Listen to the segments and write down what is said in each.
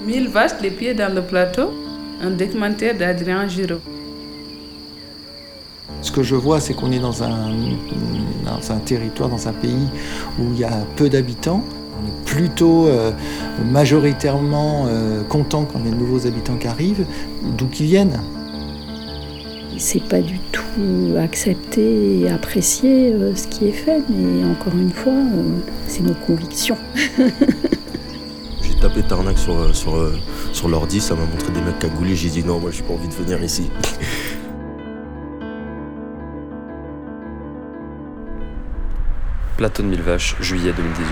1000 vaches, les pieds dans le plateau, un documentaire d'Adrien Giraud. Ce que je vois, c'est qu'on est dans un territoire, dans un pays où il y a peu d'habitants. On est plutôt majoritairement content quand il y a de nouveaux habitants qui arrivent, d'où qu'ils viennent. C'est pas du tout accepté et apprécié ce qui est fait, mais encore une fois, c'est nos convictions. J'ai tapé Tarnac sur l'ordi, ça m'a montré des mecs cagoulés, j'ai dit non, moi j'ai pas envie de venir ici. Plateau de Mille Vaches, juillet 2018.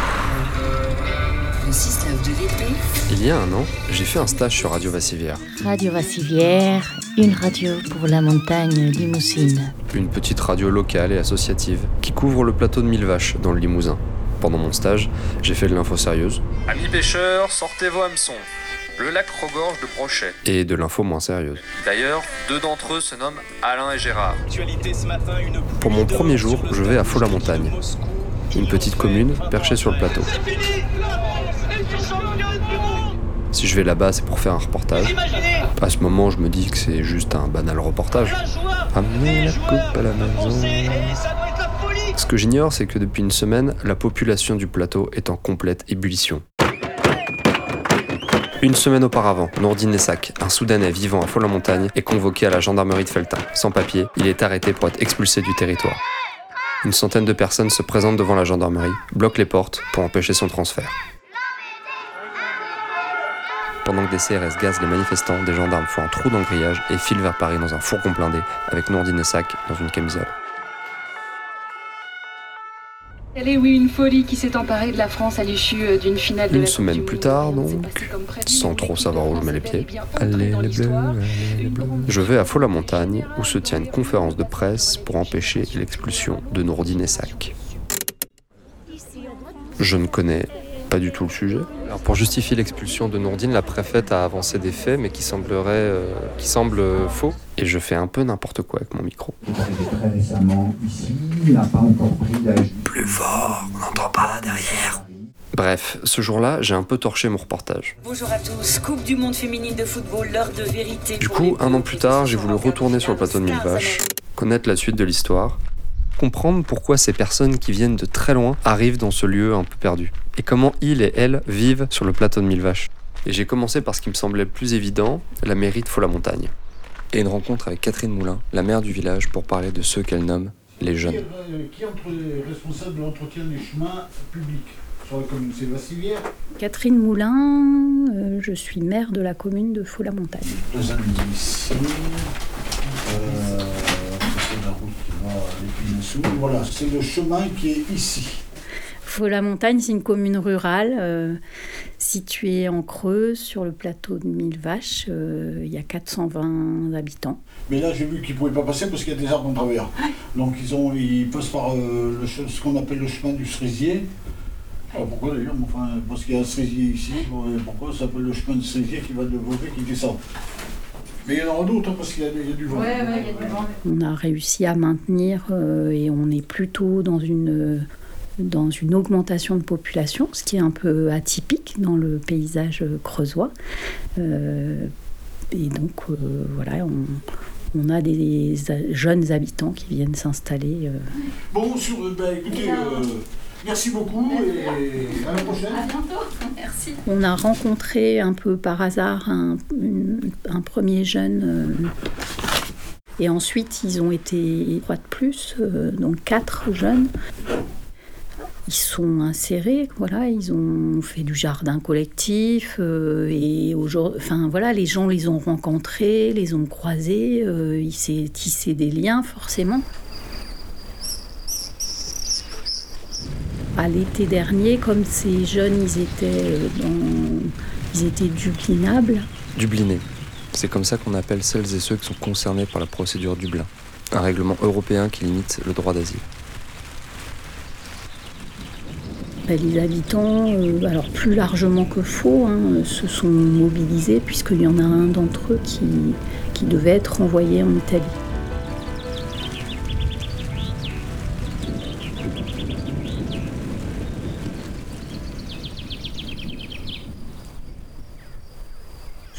Il y a un an, j'ai fait un stage sur Radio Vassivière. Radio Vassivière, une radio pour la montagne limousine. Une petite radio locale et associative qui couvre le plateau de Mille Vaches dans le Limousin. Pendant mon stage, j'ai fait de l'info sérieuse. Amis pêcheurs, sortez vos hameçons. Le lac regorge de brochets. Et de l'info moins sérieuse. D'ailleurs, 2 d'entre eux se nomment Alain et Gérard. Pour mon premier jour, je vais à Faux-la-Montagne, une petite commune perchée sur le plateau. Si je vais là-bas, c'est pour faire un reportage. À ce moment, je me dis que c'est juste un banal reportage. Amenez la coupe à la maison. Ce que j'ignore, c'est que depuis une semaine, la population du plateau est en complète ébullition. Une semaine auparavant, Nourdine Essac, un Soudanais vivant à Faux-la-Montagne, est convoqué à la gendarmerie de Felletin. Sans papier, il est arrêté pour être expulsé du territoire. Une centaine de personnes se présentent devant la gendarmerie, bloquent les portes pour empêcher son transfert. Pendant que des CRS gazent les manifestants, des gendarmes font un trou dans le grillage et filent vers Paris dans un fourgon blindé avec Nourdine Essac dans une camisole. Elle est, oui, une folie qui s'est emparée de la France à l'issue d'une finale de la Une Coupe semaine du plus Monde. tard, C'est donc, passé comme prévu, sans mais trop savoir où je mets les pieds, allez allez les bleus, allez les bleus. Je vais à Faux-la-Montagne où se tient une conférence de presse pour empêcher l'expulsion de Nourdine Essac. Je ne connais pas du tout le sujet. Alors pour justifier l'expulsion de Nourdine, la préfète a avancé des faits, mais qui semblent faux. Et je fais un peu n'importe quoi avec mon micro. Très récemment ici, il n'a pas encore pris d'âge. Plus fort, on n'entend pas derrière. Bref, ce jour-là, j'ai un peu torché mon reportage. Bonjour à tous, Coupe du monde féminine de football, l'heure de vérité. Du coup, un an plus tard, j'ai voulu retourner sur le plateau de Mille Vaches, connaître la suite de l'histoire, comprendre pourquoi ces personnes qui viennent de très loin arrivent dans ce lieu un peu perdu, et comment ils et elles vivent sur le plateau de Mille Vaches. Et j'ai commencé par ce qui me semblait le plus évident, la mairie de Faux-la-Montagne. Et une rencontre avec Catherine Moulin, la maire du village, pour parler de ceux qu'elle nomme les jeunes. Qui est responsable de l'entretien des chemins publics sur la commune? C'est Vassivière. Catherine Moulin, je suis maire de la commune de Faux-la-Montagne. 2 amis ici. C'est la route qui va à l'Épine-Sous. Voilà, c'est le chemin qui est ici. Faux-la-Montagne, c'est une commune rurale située en Creuse, sur le plateau de Mille Vaches. Il y a 420 habitants. Mais là, j'ai vu qu'ils ne pouvaient pas passer parce qu'il y a des arbres en travers. Donc ils passent par ce qu'on appelle le chemin du cerisier. Pourquoi d'ailleurs? Enfin, parce qu'il y a un cerisier ici. Pourquoi ça s'appelle le chemin du cerisier qui va de Beauvais qui descend? Mais il y en aura d'autres parce qu'il y a du vent. Ouais, il y a du vent. On a réussi à maintenir et on est plutôt dans une augmentation de population, ce qui est un peu atypique dans le paysage creusois. Et donc, voilà, on a des jeunes habitants qui viennent s'installer. Bon, écoutez, merci beaucoup et à la prochaine. À bientôt. Merci. On a rencontré un peu par hasard un premier jeune. Et ensuite, ils ont été 3 de plus, donc 4 jeunes. Ils sont insérés, voilà, ils ont fait du jardin collectif et aujourd'hui, enfin voilà, les gens les ont rencontrés, les ont croisés, il s'est tissé des liens forcément. À l'été dernier, comme ces jeunes, ils étaient dublinables. Dublinés, c'est comme ça qu'on appelle celles et ceux qui sont concernés par la procédure Dublin, un règlement européen qui limite le droit d'asile. Les habitants, alors plus largement que Faux, se sont mobilisés puisqu'il y en a un d'entre eux qui devait être renvoyé en Italie.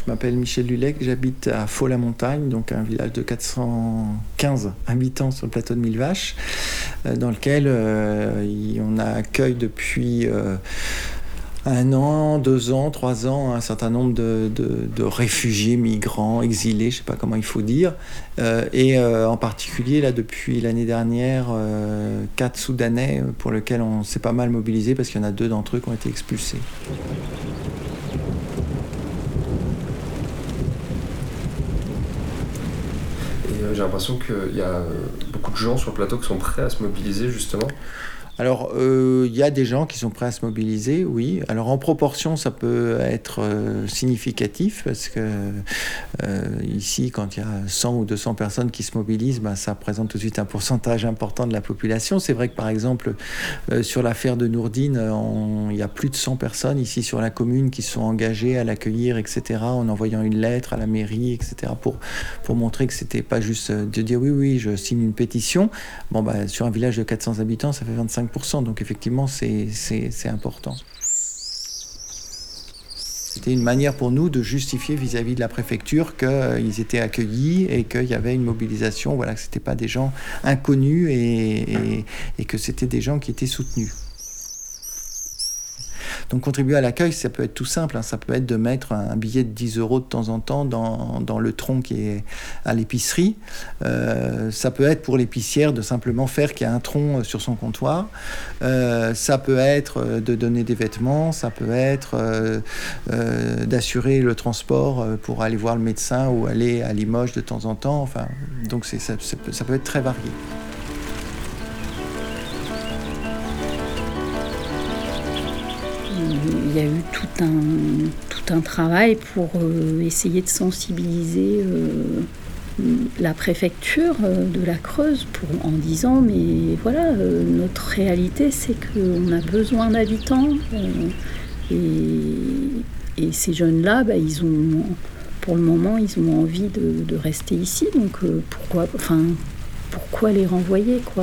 m'appelle Michel Lulec, j'habite à Faux-la-Montagne, donc un village de 415 habitants sur le plateau de Millevaches, dans lequel on accueille depuis 1 an, 2 ans, 3 ans, un certain nombre de réfugiés, migrants, exilés, je ne sais pas comment il faut dire. Et en particulier, là, depuis l'année dernière, 4 Soudanais pour lesquels on s'est pas mal mobilisé parce qu'il y en a 2 d'entre eux qui ont été expulsés. Et j'ai l'impression qu'il y a beaucoup de gens sur le plateau qui sont prêts à se mobiliser, justement. Alors, il y a des gens qui sont prêts à se mobiliser, oui. Alors, en proportion, ça peut être significatif parce que ici, quand il y a 100 ou 200 personnes qui se mobilisent, ça représente tout de suite un pourcentage important de la population. C'est vrai que, par exemple, sur l'affaire de Nourdine, il y a plus de 100 personnes ici sur la commune qui sont engagées à l'accueillir, etc., en envoyant une lettre à la mairie, etc., pour montrer que c'était pas juste de dire oui, je signe une pétition. Bon, sur un village de 400 habitants, ça fait 25%. Donc effectivement, c'est important. C'était une manière pour nous de justifier vis-à-vis de la préfecture qu'ils étaient accueillis et qu'il y avait une mobilisation, voilà, que ce n'étaient pas des gens inconnus et que c'était des gens qui étaient soutenus. Donc contribuer à l'accueil, ça peut être tout simple, hein. Ça peut être de mettre un billet de 10 € de temps en temps dans le tronc qui est à l'épicerie. Ça peut être pour l'épicière de simplement faire qu'il y a un tronc sur son comptoir. Ça peut être de donner des vêtements, ça peut être d'assurer le transport pour aller voir le médecin ou aller à Limoges de temps en temps. Enfin, donc ça peut être très varié. Il y a eu tout un travail pour essayer de sensibiliser la préfecture de la Creuse en disant mais voilà, notre réalité c'est qu'on a besoin d'habitants et ces jeunes-là, pour le moment ils ont envie de rester ici, donc pourquoi les renvoyer, quoi.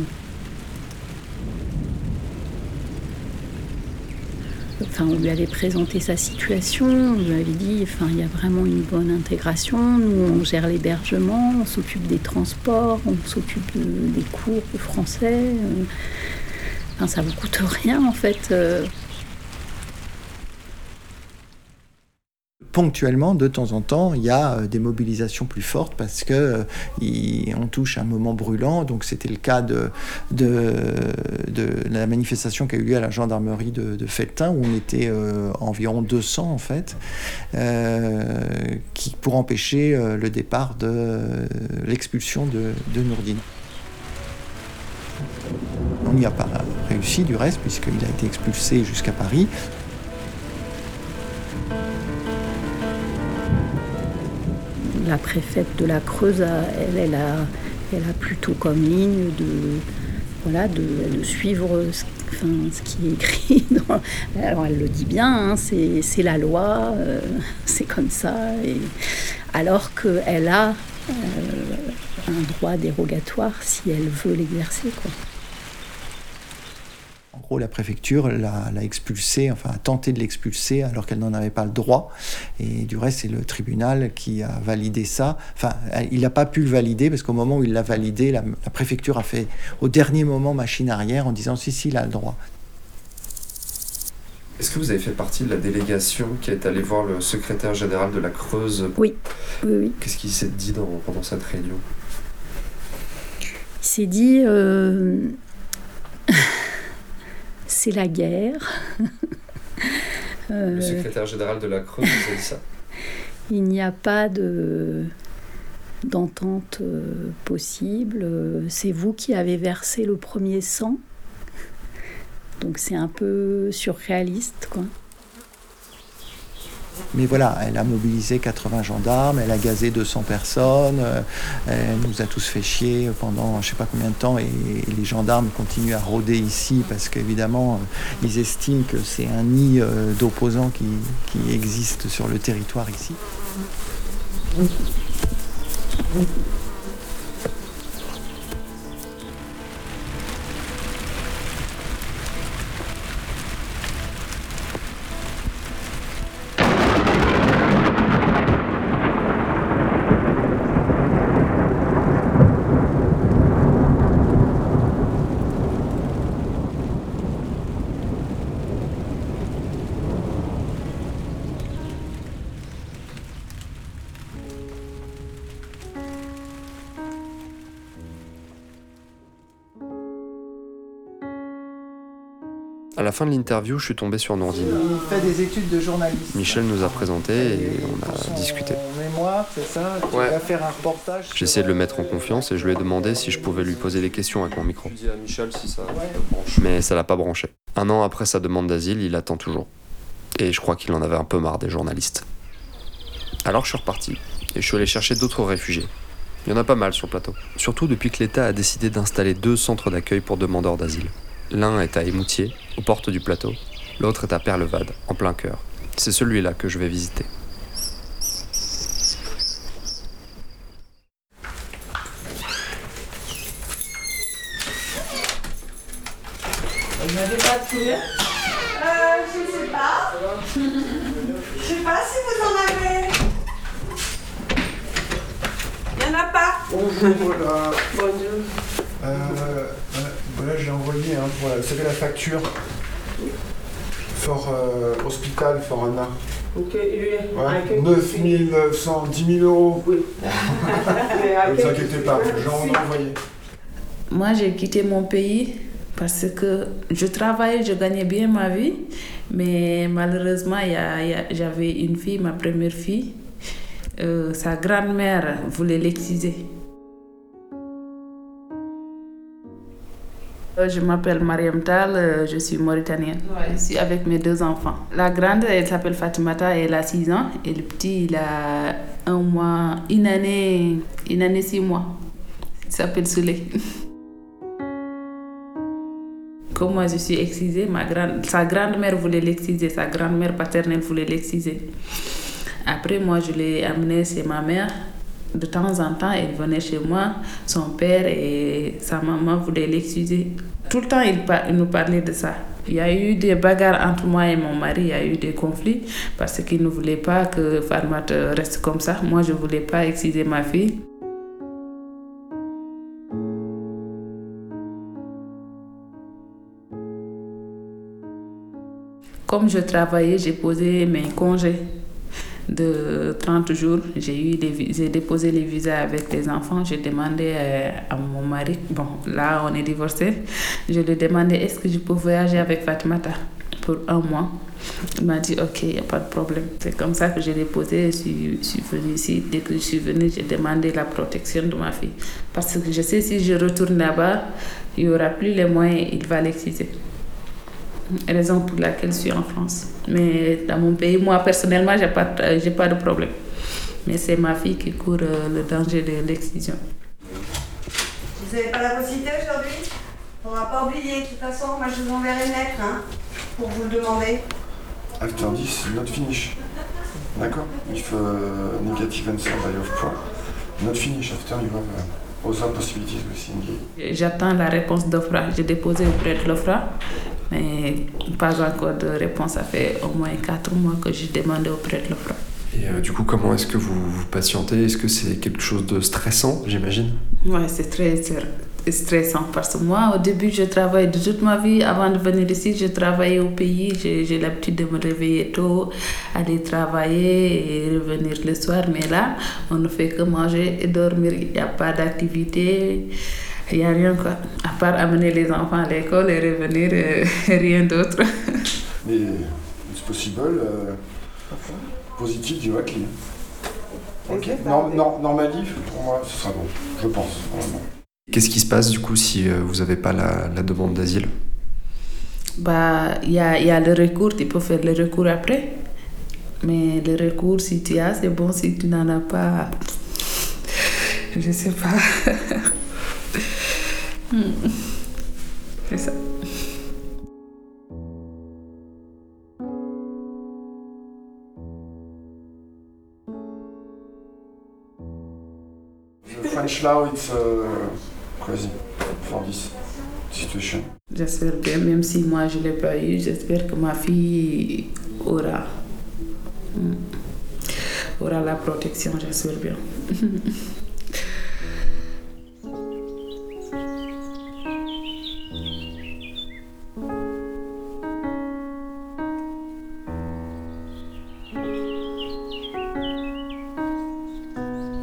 On lui avait présenté sa situation, on lui avait dit il y a vraiment une bonne intégration, nous on gère l'hébergement, on s'occupe des transports, on s'occupe des cours de français, ça vous coûte rien en fait. Ponctuellement, de temps en temps, il y a des mobilisations plus fortes parce que on touche un moment brûlant. Donc c'était le cas de la manifestation qui a eu lieu à la gendarmerie de Felletin, où on était environ 200 en fait, pour empêcher le départ de l'expulsion de Nourdine. On n'y a pas réussi du reste puisqu'il a été expulsé jusqu'à Paris. La préfète de la Creuse, elle a plutôt comme ligne de suivre ce qui est écrit. Alors elle le dit bien, c'est la loi, c'est comme ça. Alors qu'elle a un droit dérogatoire si elle veut l'exercer, quoi. En gros, la préfecture l'a expulsé, a tenté de l'expulser alors qu'elle n'en avait pas le droit. Et du reste, c'est le tribunal qui a validé ça. Il n'a pas pu le valider parce qu'au moment où il l'a validé, la préfecture a fait au dernier moment machine arrière en disant si, il a le droit. Est-ce que vous avez fait partie de la délégation qui est allée voir le secrétaire général de la Creuse ? Oui. Qu'est-ce qu'il s'est dit pendant cette réunion ? Il s'est dit... c'est la guerre. Le secrétaire général de la Creuse vous a dit ça ? Il n'y a pas d'entente possible. C'est vous qui avez versé le premier sang. Donc c'est un peu surréaliste, quoi. Mais voilà, elle a mobilisé 80 gendarmes, elle a gazé 200 personnes, elle nous a tous fait chier pendant je ne sais pas combien de temps et les gendarmes continuent à rôder ici parce qu'évidemment, ils estiment que c'est un nid d'opposants qui existe sur le territoire ici. À la fin de l'interview, je suis tombé sur Nourdine. Il fait des études de journaliste. Michel nous a présenté et on a discuté. Mémoire, c'est ça. Tu vas faire un reportage. J'ai essayé de le mettre en confiance et je lui ai demandé si je pouvais lui poser des questions avec mon micro. Je dis à Michel si ça branche. Mais ça l'a pas branché. 1 an après sa demande d'asile, il attend toujours. Et je crois qu'il en avait un peu marre des journalistes. Alors je suis reparti et je suis allé chercher d'autres réfugiés. Il y en a pas mal sur le plateau. Surtout depuis que l'État a décidé d'installer 2 centres d'accueil pour demandeurs d'asile. L'un est à Émoutier, aux portes du plateau. L'autre est à Perlevade, en plein cœur. C'est celui-là que je vais visiter. Vous n'avez pas de poulet ? Je sais pas. Je sais pas si vous en avez. Il n'y en a pas. Voilà. Bonjour. Voilà, j'ai envoyé, vous savez la facture. Fort Hospital, Fort Anna. Ok, ouais. 9 900, 10 000 euros. Oui. Ne vous inquiétez pas, j'en ai envoyé. Moi, j'ai quitté mon pays parce que je travaillais, je gagnais bien ma vie, mais malheureusement, j'avais une fille, ma première fille. Sa grand-mère voulait l'exciser. Je m'appelle Mariam Tal, je suis mauritanienne. Ouais. Je suis avec mes 2 enfants. La grande, elle s'appelle Fatimata, elle a 6 ans. Et le petit, il a 1 mois, une année 6 mois. Il s'appelle Souley. Comme moi, je suis excisée, sa grand-mère voulait l'exciser, sa grand-mère paternelle voulait l'exciser. Après, moi, je l'ai amené chez ma mère. De temps en temps, elle venait chez moi. Son père et sa maman voulaient l'excuser. Tout le temps, il nous parlait de ça. Il y a eu des bagarres entre moi et mon mari, il y a eu des conflits parce qu'il ne voulait pas que Farmat reste comme ça. Moi, je ne voulais pas excuser ma fille. Comme je travaillais, j'ai posé mes congés de 30 jours. J'ai déposé les visas avec les enfants. J'ai demandé à mon mari, bon, là on est divorcés, je lui ai demandé est-ce que je peux voyager avec Fatimata pour 1 mois. Il m'a dit ok, il n'y a pas de problème. C'est comme ça que j'ai déposé, je suis venue ici. Dès que je suis venue, j'ai demandé la protection de ma fille. Parce que je sais si je retourne là-bas, il n'y aura plus les moyens, il va l'exciser. Raison pour laquelle je suis en France. Mais dans mon pays, moi personnellement, j'ai pas de problème. Mais c'est ma fille qui court le danger de l'excision. Vous n'avez pas la possibilité aujourd'hui? On ne va pas oublier. De toute façon, moi je vous enverrai une lettre pour vous le demander. After this, not finish. D'accord? If negative answer by of point, not finish. After you have other possibilities within. J'attends la réponse d'OFRA. J'ai déposé auprès de l'OFRA, mais pas encore de réponse. Ça fait au moins 4 mois que j'ai demandé auprès de l'OFRA. Et du coup, comment est-ce que vous patientez? Est-ce que c'est quelque chose de stressant, j'imagine? Ouais, c'est très stressant parce que moi, au début, je travaille de toute ma vie. Avant de venir ici, je travaillais au pays. J'ai l'habitude de me réveiller tôt, aller travailler et revenir le soir. Mais là, on ne fait que manger et dormir. Il n'y a pas d'activité. Il n'y a rien, quoi. À part amener les enfants à l'école et revenir, rien d'autre. Mais c'est possible. Positif directly. Ok. Normally, pour moi, ce sera bon. Je pense. Vraiment. Qu'est-ce qui se passe du coup si vous n'avez pas la demande d'asile? Il y a le recours, tu peux faire le recours après. Mais le recours, si tu as, c'est bon. Si tu n'en as pas, je ne sais pas. C'est ça. The French law, it's crazy for this situation. J'espère bien, même si moi je ne l'ai pas eu, j'espère que ma fille aura la protection, j'espère bien.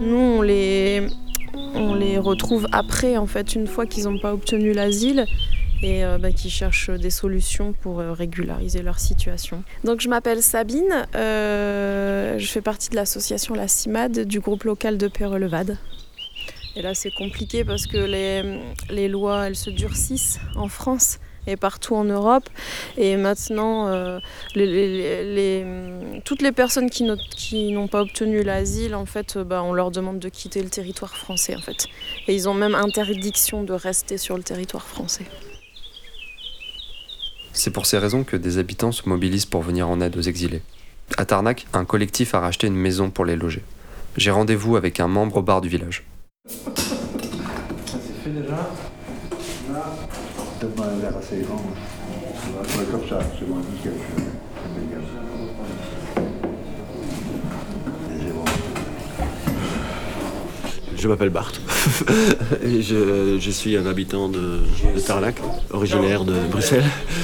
On les retrouve après, en fait, une fois qu'ils n'ont pas obtenu l'asile. et qui cherchent des solutions pour régulariser leur situation. Donc je m'appelle Sabine, je fais partie de l'association La CIMAD du groupe local de Peyrelevade. Et là c'est compliqué parce que les lois elles se durcissent en France et partout en Europe. Et maintenant, toutes les personnes qui n'ont pas obtenu l'asile, en fait, on leur demande de quitter le territoire français. En fait. Et ils ont même interdiction de rester sur le territoire français. C'est pour ces raisons que des habitants se mobilisent pour venir en aide aux exilés. À Tarnac, un collectif a racheté une maison pour les loger. J'ai rendez-vous avec un membre au bar du village. Ça c'est fait déjà. Là, peut-être un verre assez grand. Comme ça, c'est moins nickel. Je m'appelle Bart. Et je suis un habitant de Tarnac, originaire de Bruxelles.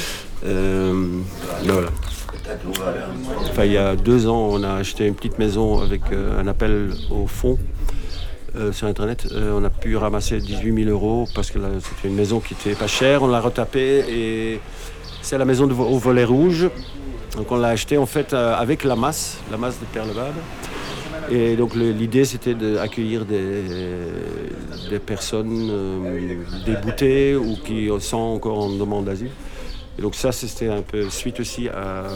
Voilà. Enfin, il y a 2 ans, on a acheté une petite maison avec un appel au fonds sur Internet. On a pu ramasser 18 000 € parce que c'était une maison qui était pas chère. On l'a retapée et c'est la maison au volet rouge. Donc on l'a achetée en fait avec la masse de Peyrelevade. Et donc l'idée c'était d'accueillir des personnes déboutées ou qui sont encore en demande d'asile. Et donc ça c'était un peu suite aussi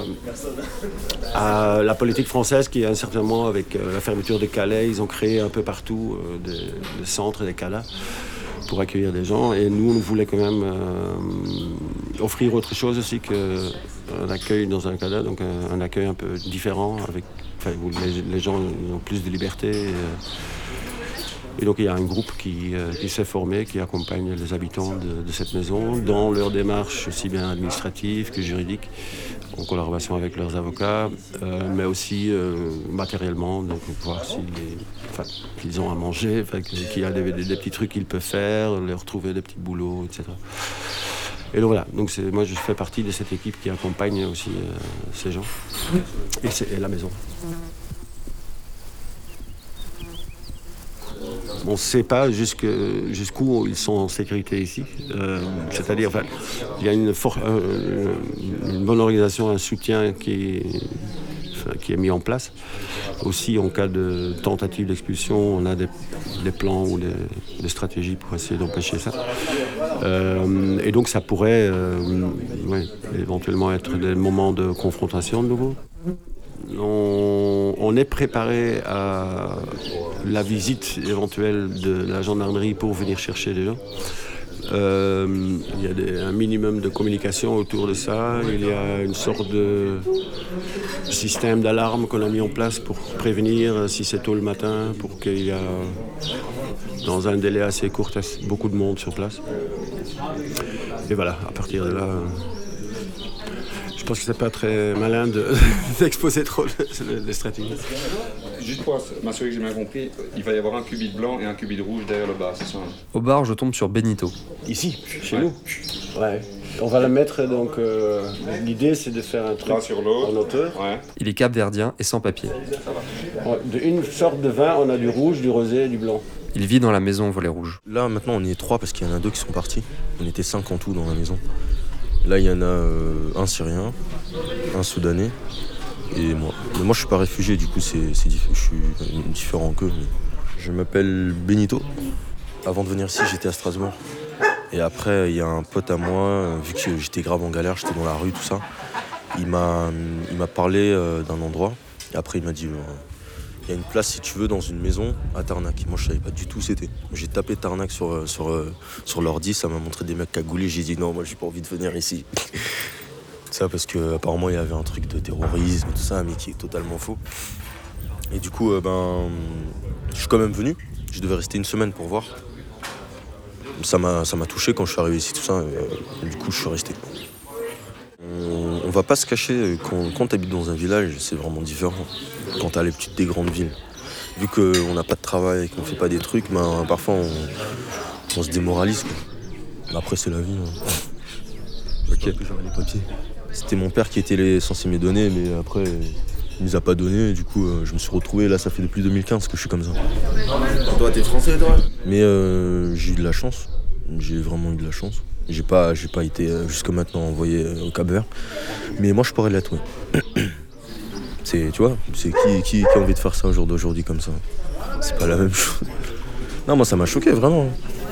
à la politique française qui à un certain moment avec la fermeture des Calais, ils ont créé un peu partout des centres et des CALA pour accueillir des gens. Et nous on voulait quand même offrir autre chose aussi qu'un accueil dans un CALA, donc un accueil un peu différent où les gens ont plus de liberté. Et donc il y a un groupe qui s'est formé, qui accompagne les habitants de cette maison dans leur démarche aussi bien administrative que juridique, en collaboration avec leurs avocats, mais aussi matériellement, donc voir qu'ils ont à manger, qu'il y a des petits trucs qu'ils peuvent faire, leur trouver des petits boulots, etc. Et donc voilà, donc moi je fais partie de cette équipe qui accompagne aussi ces gens et la maison. On ne sait pas jusqu'où ils sont en sécurité ici. C'est-à-dire, il y a une bonne organisation, un soutien qui est mis en place. Aussi, en cas de tentative d'expulsion, on a des plans ou des stratégies pour essayer d'empêcher ça. Et donc, ça pourrait éventuellement être des moments de confrontation de nouveau. On est préparé à la visite éventuelle de la gendarmerie pour venir chercher des gens. Il y a un minimum de communication autour de ça. Il y a une sorte de système d'alarme qu'on a mis en place pour prévenir si c'est tôt le matin, pour qu'il y a dans un délai assez court beaucoup de monde sur place. Et voilà, à partir de là... Je pense que c'est pas très malin d'exposer trop les stratégies. Juste pour m'assurer que j'ai bien compris, il va y avoir un qubit blanc et un qubit rouge derrière le bar, c'est ça? Au bar, je tombe sur Benito. Ici, chez nous. Ouais. On va le mettre, donc l'idée c'est de faire un truc en hauteur. Ouais. Il est capverdien et sans papier. Une sorte de vin, on a du rouge, du rosé et du blanc. Il vit dans la maison au volet rouge. Là maintenant on y est 3 parce qu'il y en a 2 qui sont partis. On était 5 en tout dans la maison. Là, il y en a un Syrien, un Soudanais et moi. Mais moi, je suis pas réfugié, du coup, je suis différent qu'eux. Je m'appelle Benito. Avant de venir ici, j'étais à Strasbourg. Et après, il y a un pote à moi, vu que j'étais grave en galère, j'étais dans la rue, tout ça. Il m'a parlé d'un endroit. Et après, il m'a dit... Il y a une place, si tu veux, dans une maison à Tarnac. Moi, je savais pas du tout où c'était. J'ai tapé Tarnac sur l'ordi, ça m'a montré des mecs cagoulés. J'ai dit non, moi, j'ai pas envie de venir ici. Ça, parce qu'apparemment, il y avait un truc de terrorisme, tout ça, mais qui est totalement faux. Et du coup, je suis quand même venu. Je devais rester une semaine pour voir. Ça m'a touché quand je suis arrivé ici, tout ça. Et du coup, je suis resté. On va pas se cacher, quand t'habites dans un village, c'est vraiment différent. Quand t'as les petites des grandes villes. Vu qu'on n'a pas de travail et qu'on fait pas des trucs, parfois on se démoralise. Après c'est la vie. Ok. Que j'aurai les papiers. C'était mon père qui était censé me donner, mais après il nous a pas donné. Et du coup je me suis retrouvé, là ça fait depuis 2015 que je suis comme ça. Toi t'es français toi? Mais j'ai eu de la chance. J'ai vraiment eu de la chance. J'ai pas été jusqu'à maintenant envoyé au Cap-Vert. Mais moi, je pourrais l'être, oui. Tu vois, c'est qui a envie de faire ça au jour d'aujourd'hui comme ça? C'est pas la même chose. Non, moi, ça m'a choqué, vraiment.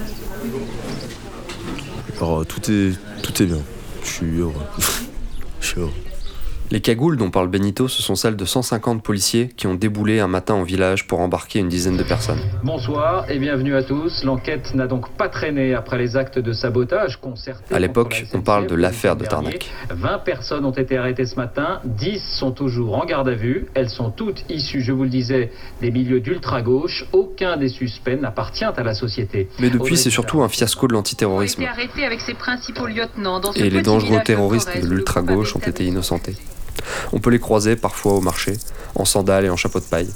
Alors, tout est bien. Je suis heureux. Je suis heureux. Les cagoules dont parle Benito, ce sont celles de 150 policiers qui ont déboulé un matin au village pour embarquer une dizaine de personnes. Bonsoir et bienvenue à tous. L'enquête n'a donc pas traîné après les actes de sabotage concertés. À l'époque, on parle de l'affaire de Tarnac. 20 personnes ont été arrêtées ce matin, 10 sont toujours en garde à vue. Elles sont toutes issues, je vous le disais, des milieux d'ultra-gauche. Aucun des suspects n'appartient à la société. Mais depuis, c'est surtout un fiasco de l'antiterrorisme. Arrêté avec ses principaux lieutenants dans ce et les dangereux village terroristes Forez, de l'ultra-gauche ont été innocentés. On peut les croiser parfois au marché, en sandales et en chapeau de paille.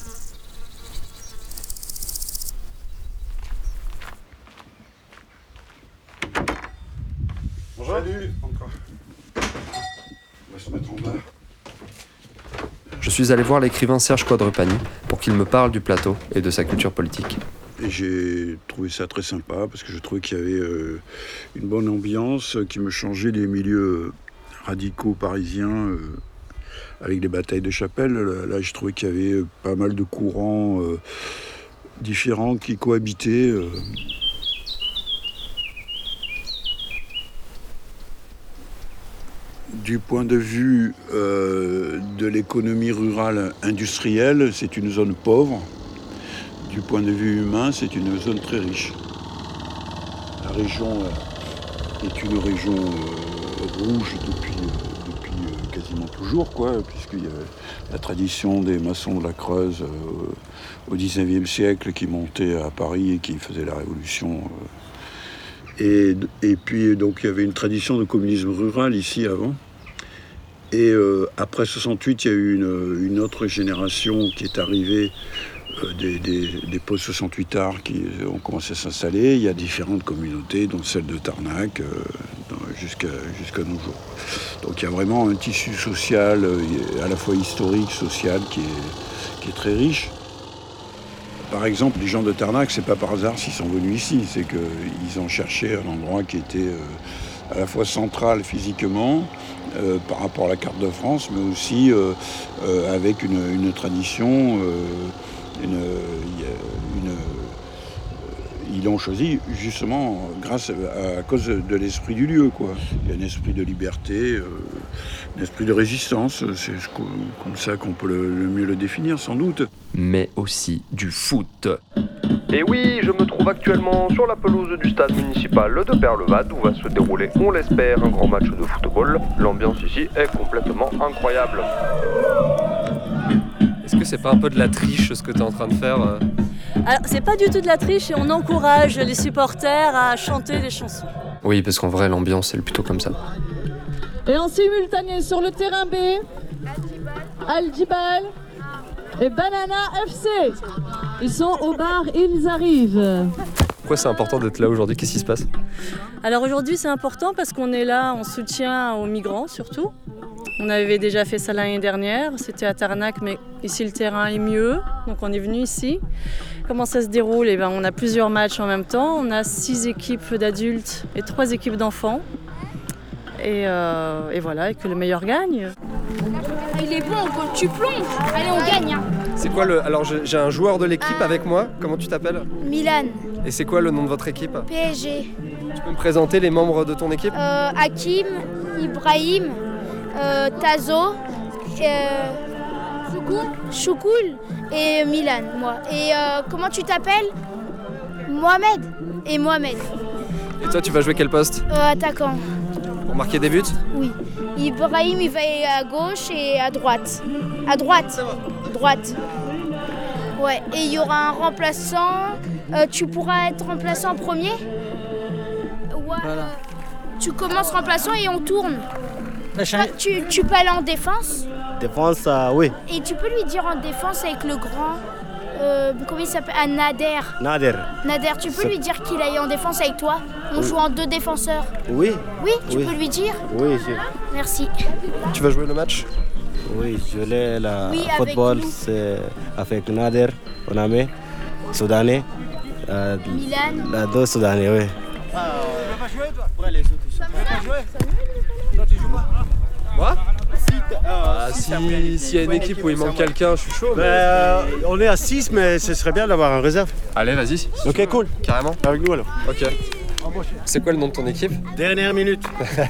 Bonjour. Salut, encore. On va se mettre en bas. Je suis allé voir l'écrivain Serge Quadrepani pour qu'il me parle du plateau et de sa culture politique. Et j'ai trouvé ça très sympa parce que je trouvais qu'il y avait une bonne ambiance qui me changeait des milieux radicaux parisiens avec les batailles de chapelle. Là, je trouvais qu'il y avait pas mal de courants différents qui cohabitaient. Du point de vue de l'économie rurale industrielle, c'est une zone pauvre. Du point de vue humain, c'est une zone très riche. La région est une région rouge depuis quasiment toujours, puisqu'il y a la tradition des maçons de la Creuse au XIXe siècle qui montaient à Paris et qui faisaient la révolution. Et puis, donc, il y avait une tradition de communisme rural ici avant. Et après 68, il y a eu une autre génération qui est arrivée, des post-68ards qui ont commencé à s'installer. Il y a différentes communautés, dont celle de Tarnac, jusqu'à nos jours. Donc il y a vraiment un tissu social, à la fois historique, social, qui est très riche. Par exemple, les gens de Tarnac, c'est pas par hasard s'ils sont venus ici, c'est qu'ils ont cherché un endroit qui était à la fois central physiquement, par rapport à la carte de France, mais aussi avec une tradition. Ils l'ont choisi justement à cause de l'esprit du lieu, quoi. Il y a un esprit de liberté, un esprit de résistance, c'est comme ça qu'on peut le mieux le définir sans doute. Mais aussi du foot. Et oui, je me trouve actuellement sur la pelouse du stade municipal de Père-le-Vad où va se dérouler, on l'espère, un grand match de football. L'ambiance ici est complètement incroyable. Est-ce que c'est pas un peu de la triche ce que tu es en train de faire Alors, c'est pas du tout de la triche et on encourage les supporters à chanter les chansons. Oui, parce qu'en vrai, l'ambiance, elle est plutôt comme ça. Et en simultané sur le terrain B, Al-Jibal et Banana FC. Ils sont au bar, ils arrivent. Pourquoi c'est important d'être là aujourd'hui? Qu'est-ce qui se passe? Alors aujourd'hui, c'est important parce qu'on est là en soutien aux migrants surtout. On avait déjà fait ça l'année dernière, c'était à Tarnac, mais ici le terrain est mieux, donc on est venu ici. Comment ça se déroule? On a plusieurs matchs en même temps, on a 6 équipes d'adultes et 3 équipes d'enfants. Et voilà, et que le meilleur gagne. Il est bon, tu plonges, allez on gagne. C'est quoi Alors j'ai un joueur de l'équipe avec moi, comment tu t'appelles? Milan. Et c'est quoi le nom de votre équipe? PSG. Tu peux me présenter les membres de ton équipe? Hakim, Ibrahim, Tazo, Choukoul et Milan, moi. Et comment tu t'appelles? Mohamed. Et Mohamed. Et toi, tu vas jouer quel poste? Attaquant. Pour marquer des buts? Oui. Ibrahim, il va à gauche et à droite. À droite. Droite. Ouais. Et il y aura un remplaçant. Tu pourras être remplaçant premier? Ouais. Voilà. Tu commences remplaçant et on tourne. Tu peux aller en défense? Défense, oui. Et tu peux lui dire en défense avec le grand, comment il s'appelle? Nader. Nader, tu peux lui dire qu'il aille en défense avec toi? On joue en 2 défenseurs. Oui. Oui, tu peux lui dire? Oui. Merci. Tu vas jouer le match? Oui, je jouais le football avec Nader, Oname, Soudanais. Milan. 2 Soudanais, oui. pas jouer toi? Ouais, les autres ils sont. Tu veux pas jouer? Non, tu joues pas? Moi? S'il y a une équipe où il manque quelqu'un, je suis chaud. On est à 6, mais ce serait bien d'avoir un réserve. Allez, vas-y. Ok, cool. Carrément. Avec nous alors. Ok. C'est quoi le nom de ton équipe? Dernière minute.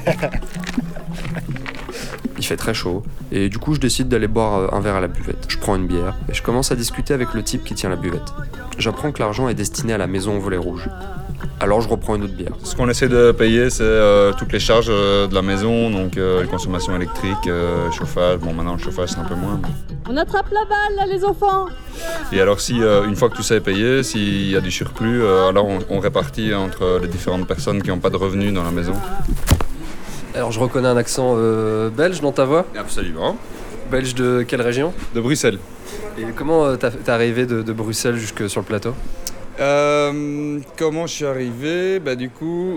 Il fait très chaud et du coup je décide d'aller boire un verre à la buvette. Je prends une bière et je commence à discuter avec le type qui tient la buvette. J'apprends que l'argent est destiné à la maison au volet rouge. Alors je reprends une autre bière. Ce qu'on essaie de payer, c'est toutes les charges de la maison, donc consommation électrique, chauffage. Bon, maintenant le chauffage c'est un peu moins. On attrape la balle là les enfants. Et alors si une fois que tout ça est payé, s'il y a du surplus, alors on répartit entre les différentes personnes qui n'ont pas de revenus dans la maison. Alors je reconnais un accent belge dans ta voix? Absolument. Belge de quelle région? De Bruxelles. Et comment t'es arrivé de Bruxelles jusque sur le plateau? Comment je suis arrivé? Du coup,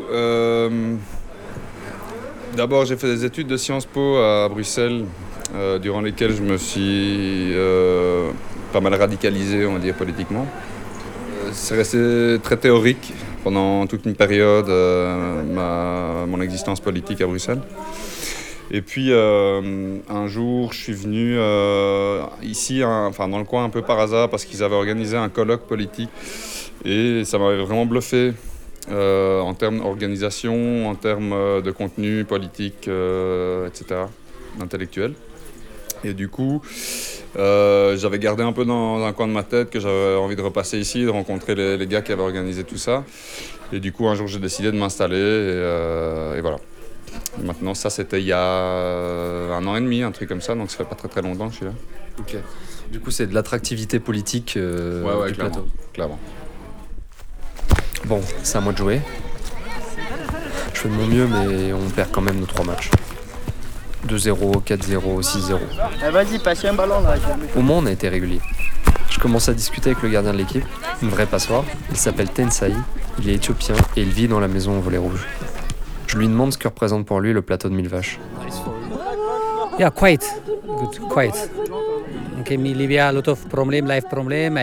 d'abord j'ai fait des études de Sciences Po à Bruxelles, durant lesquelles je me suis pas mal radicalisé, on va dire, politiquement. C'est resté très théorique pendant toute une période, mon existence politique à Bruxelles. Et puis un jour, je suis venu ici, dans le coin un peu par hasard, parce qu'ils avaient organisé un colloque politique. Et ça m'avait vraiment bluffé en termes d'organisation, en termes de contenu politique, etc., intellectuel. Et du coup, j'avais gardé un peu dans un coin de ma tête que j'avais envie de repasser ici, de rencontrer les gars qui avaient organisé tout ça. Et du coup, un jour, j'ai décidé de m'installer et voilà. Et maintenant, ça, c'était il y a 1 an et demi, un truc comme ça, donc ça fait pas très très longtemps que je suis là. Ok. Du coup, c'est de l'attractivité politique du plateau. Clairement. Bon, c'est à moi de jouer. Je fais de mon mieux, mais on perd quand même nos 3 matchs. 2-0, 4-0, 6-0. Vas-y, passe un ballon là. Au moins, on a été régulier. Je commence à discuter avec le gardien de l'équipe, une vraie passoire. Il s'appelle Tensai, il est éthiopien et il vit dans la maison au volet rouge. Je lui demande ce que représente pour lui le plateau de 1000 vaches. Yeah, quite good, quite. Okay, me Libya a lot of problem, life problem.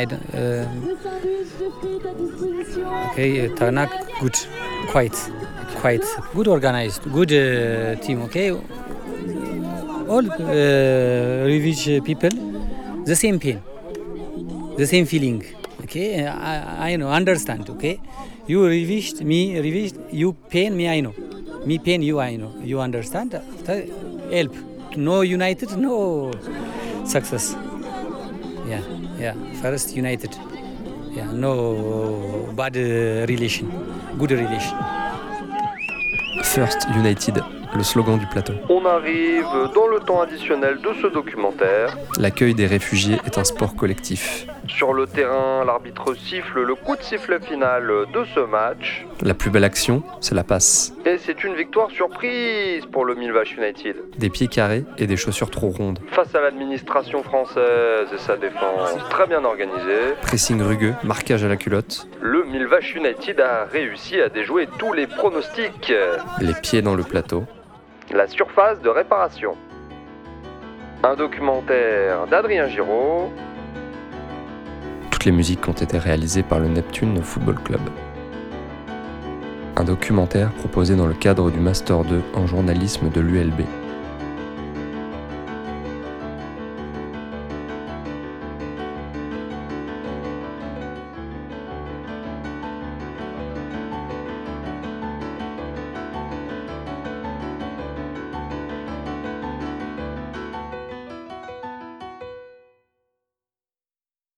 Tarnak, good, quite good organized, good team. Okay, all refugee people, the same pain, the same feeling. Okay, I know, understand. Okay, you refuged, me refuged, you pain me, I know. Me pain you, I know. You understand? Help. No united, no success. Yeah. First united. Yeah, no bad relation. Good relation. First United, le slogan du plateau. On arrive dans le temps additionnel de ce documentaire. L'accueil des réfugiés est un sport collectif. Sur le terrain, l'arbitre siffle le coup de sifflet final de ce match. La plus belle action, c'est la passe. Et c'est une victoire surprise pour le 1000 Vaches United. Des pieds carrés et des chaussures trop rondes. Face à l'administration française et sa défense très bien organisée. Pressing rugueux, marquage à la culotte. Le 1000 Vaches United a réussi à déjouer tous les pronostics. Les pieds dans le plateau. La surface de réparation. Un documentaire d'Adrien Giraud. Toutes les musiques ont été réalisées par le Neptune Football Club. Un documentaire proposé dans le cadre du Master 2 en journalisme de l'ULB.